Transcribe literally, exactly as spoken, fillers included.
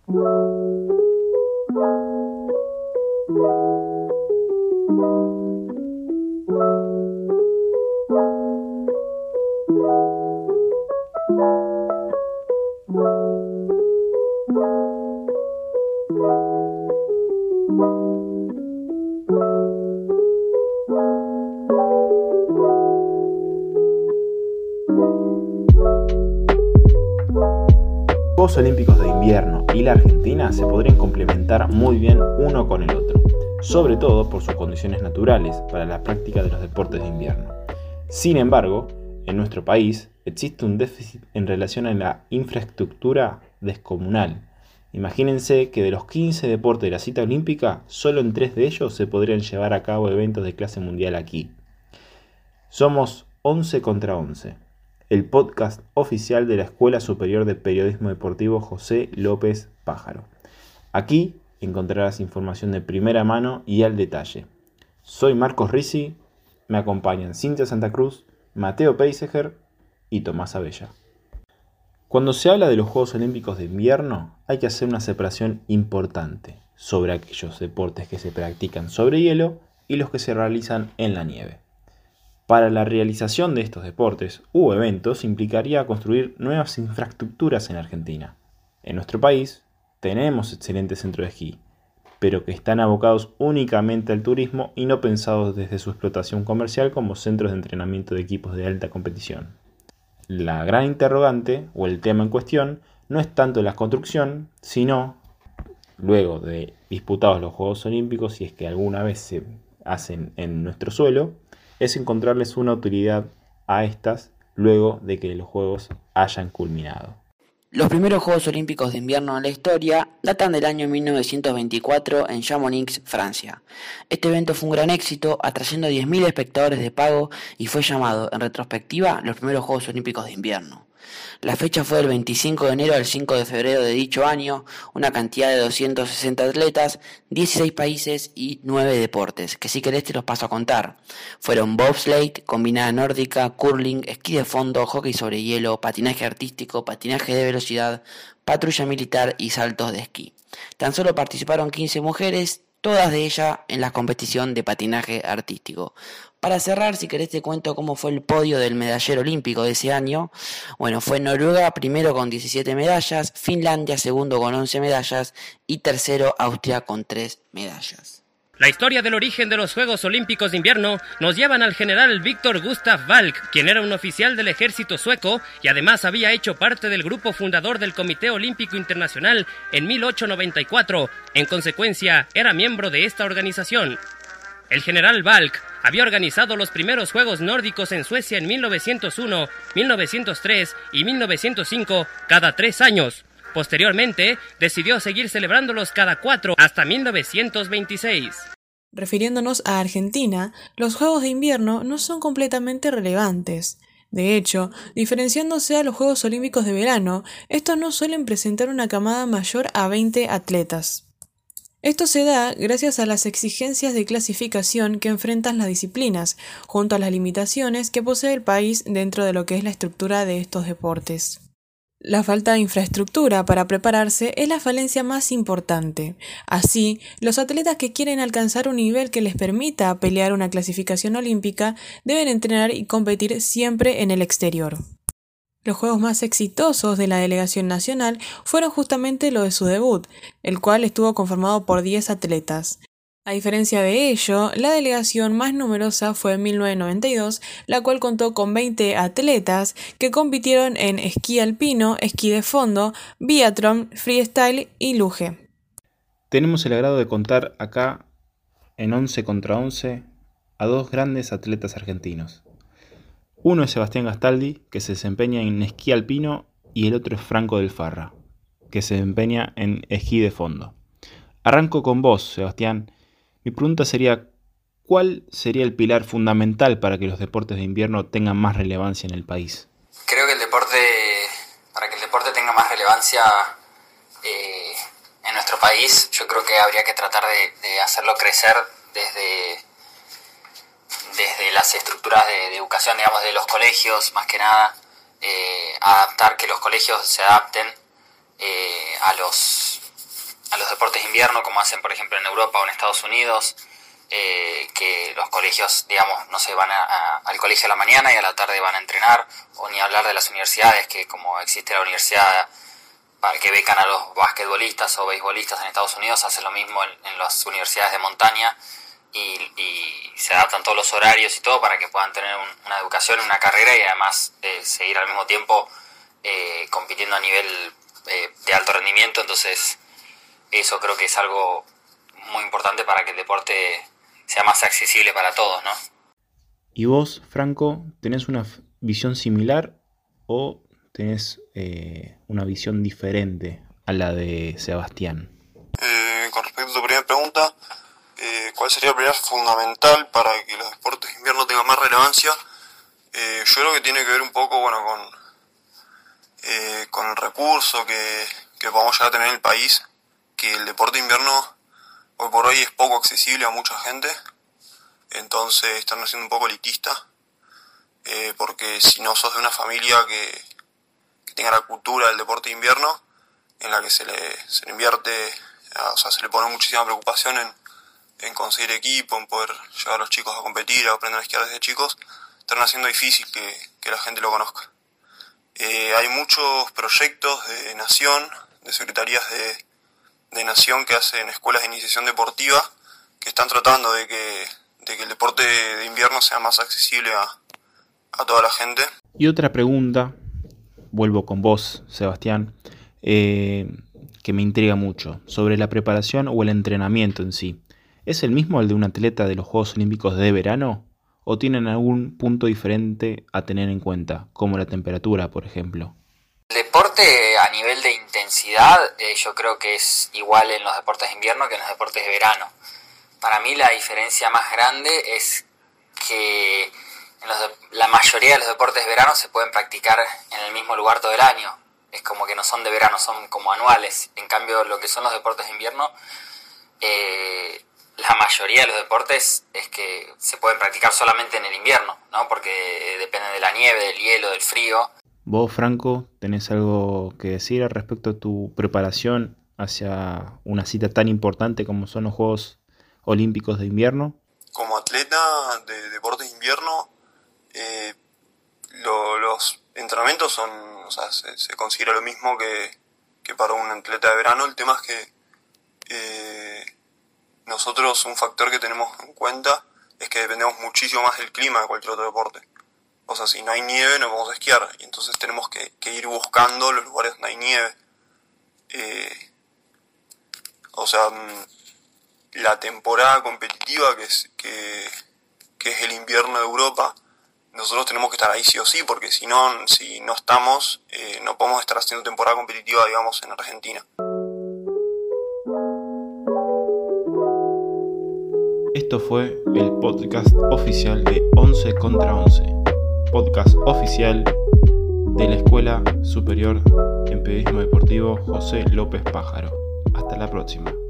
Los Juegos Olímpicos de Invierno y la Argentina se podrían complementar muy bien uno con el otro, sobre todo por sus condiciones naturales para la práctica de los deportes de invierno. Sin embargo, en nuestro país existe un déficit en relación a la infraestructura descomunal. Imagínense que de los quince deportes de la cita olímpica, solo en tres de ellos se podrían llevar a cabo eventos de clase mundial aquí. Somos once contra once. El podcast oficial de la Escuela Superior de Periodismo Deportivo José López Pájaro. Aquí encontrarás información de primera mano y al detalle. Soy Marcos Rizzi, me acompañan Cintia Santa Cruz, Mateo Peiseger y Tomás Abella. Cuando se habla de los Juegos Olímpicos de Invierno, hay que hacer una separación importante sobre aquellos deportes que se practican sobre hielo y los que se realizan en la nieve. Para la realización de estos deportes u eventos implicaría construir nuevas infraestructuras en Argentina. En nuestro país tenemos excelentes centros de esquí, pero que están abocados únicamente al turismo y no pensados desde su explotación comercial como centros de entrenamiento de equipos de alta competición. La gran interrogante o el tema en cuestión no es tanto la construcción, sino, luego de disputados los Juegos Olímpicos, si es que alguna vez se hacen en nuestro suelo, es encontrarles una utilidad a estas luego de que los Juegos hayan culminado. Los primeros Juegos Olímpicos de Invierno en la historia datan del año mil novecientos veinticuatro en Chamonix, Francia. Este evento fue un gran éxito, atrayendo diez mil espectadores de pago y fue llamado, en retrospectiva, los primeros Juegos Olímpicos de Invierno. La fecha fue del veinticinco de enero al cinco de febrero de dicho año, una cantidad de doscientos sesenta atletas, dieciséis países y nueve deportes, que si querés te los paso a contar. Fueron bobsleigh, combinada nórdica, curling, esquí de fondo, hockey sobre hielo, patinaje artístico, patinaje de velocidad, patrulla militar y saltos de esquí. Tan solo participaron quince mujeres, todas de ellas en la competición de patinaje artístico. Para cerrar, si querés te cuento cómo fue el podio del medallero olímpico de ese año. Bueno, fue Noruega primero con diecisiete medallas, Finlandia segundo con once medallas y tercero Austria con tres medallas. La historia del origen de los Juegos Olímpicos de Invierno nos llevan al general Victor Gustav Valk, quien era un oficial del ejército sueco y además había hecho parte del grupo fundador del Comité Olímpico Internacional en mil ochocientos noventa y cuatro. En consecuencia, era miembro de esta organización. El general Valk había organizado los primeros Juegos Nórdicos en Suecia en mil novecientos uno, mil novecientos tres y mil novecientos cinco cada tres años. Posteriormente, decidió seguir celebrándolos cada cuatro hasta mil novecientos veintiséis. Refiriéndonos a Argentina, los Juegos de Invierno no son completamente relevantes. De hecho, diferenciándose a los Juegos Olímpicos de Verano, estos no suelen presentar una camada mayor a veinte atletas. Esto se da gracias a las exigencias de clasificación que enfrentan las disciplinas, junto a las limitaciones que posee el país dentro de lo que es la estructura de estos deportes. La falta de infraestructura para prepararse es la falencia más importante. Así, los atletas que quieren alcanzar un nivel que les permita pelear una clasificación olímpica deben entrenar y competir siempre en el exterior. Los juegos más exitosos de la delegación nacional fueron justamente los de su debut, el cual estuvo conformado por diez atletas. A diferencia de ello, la delegación más numerosa fue en mil novecientos noventa y dos, la cual contó con veinte atletas que compitieron en esquí alpino, esquí de fondo, biatlón, freestyle y luge. Tenemos el agrado de contar acá, en once contra once, a dos grandes atletas argentinos. Uno es Sebastián Gastaldi, que se desempeña en esquí alpino, y el otro es Franco del Farra, que se desempeña en esquí de fondo. Arranco con vos, Sebastián. Mi pregunta sería, ¿cuál sería el pilar fundamental para que los deportes de invierno tengan más relevancia en el país? Creo que el deporte, para que el deporte tenga más relevancia eh, en nuestro país, yo creo que habría que tratar de, de hacerlo crecer desde, desde las estructuras de, de educación, digamos, de los colegios, más que nada, eh, adaptar, que los colegios se adapten eh, a los los deportes de invierno, como hacen por ejemplo en Europa o en Estados Unidos, eh, que los colegios, digamos, no se van a, a, al colegio a la mañana y a la tarde van a entrenar, o ni hablar de las universidades, que como existe la universidad para que becan a los basquetbolistas o beisbolistas en Estados Unidos, hacen lo mismo en, en las universidades de montaña y, y se adaptan todos los horarios y todo para que puedan tener un, una educación, una carrera y además eh, seguir al mismo tiempo eh, compitiendo a nivel eh, de alto rendimiento. Entonces eso creo que es algo muy importante para que el deporte sea más accesible para todos, ¿no? ¿Y vos, Franco, tenés una visión similar o tenés eh, una visión diferente a la de Sebastián? Eh, con respecto a tu primera pregunta, eh, ¿cuál sería el pilar fundamental para que los deportes de invierno tengan más relevancia? Eh, yo creo que tiene que ver un poco, bueno, con, eh, con el recurso que, que podamos llegar a tener en el país, que el deporte de invierno hoy por hoy es poco accesible a mucha gente, entonces están haciendo un poco elitista, eh, porque si no sos de una familia que, que tenga la cultura del deporte de invierno, en la que se le, se le invierte, o sea, se le pone muchísima preocupación en, en conseguir equipo, en poder llevar a los chicos a competir, a aprender a esquiar desde chicos, están haciendo difícil que, que la gente lo conozca. Eh, hay muchos proyectos de nación, de secretarías de de nación que hacen escuelas de iniciación deportiva que están tratando de que, de que el deporte de invierno sea más accesible a, a toda la gente. Y otra pregunta, vuelvo con vos, Sebastián, eh, que me intriga mucho, sobre la preparación o el entrenamiento en sí. ¿Es el mismo el de un atleta de los Juegos Olímpicos de verano? ¿O tienen algún punto diferente a tener en cuenta, como la temperatura, por ejemplo? El deporte a nivel de intensidad eh, yo creo que es igual en los deportes de invierno que en los deportes de verano. Para mí la diferencia más grande es que en los de, la mayoría de los deportes de verano se pueden practicar en el mismo lugar todo el año. Es como que no son de verano, son como anuales. En cambio lo que son los deportes de invierno, eh, la mayoría de los deportes es que se pueden practicar solamente en el invierno, ¿no? Porque dependen de la nieve, del hielo, del frío. Vos, Franco, ¿tenés algo que decir al respecto de tu preparación hacia una cita tan importante como son los Juegos Olímpicos de invierno? Como atleta de deportes de invierno, eh, lo, los entrenamientos son, o sea, se, se considera lo mismo que, que para un atleta de verano. El tema es que eh, nosotros un factor que tenemos en cuenta es que dependemos muchísimo más del clima de cualquier otro deporte. O sea, si no hay nieve no podemos esquiar, y entonces tenemos que, que ir buscando los lugares donde hay nieve. Eh, o sea, la temporada competitiva, que es, que, que es el invierno de Europa, nosotros tenemos que estar ahí sí o sí, porque si no, si no estamos, eh, no podemos estar haciendo temporada competitiva, digamos, en Argentina. Esto fue el podcast oficial de once contra once. Podcast oficial de la Escuela Superior en Periodismo Deportivo José López Pájaro. Hasta la próxima.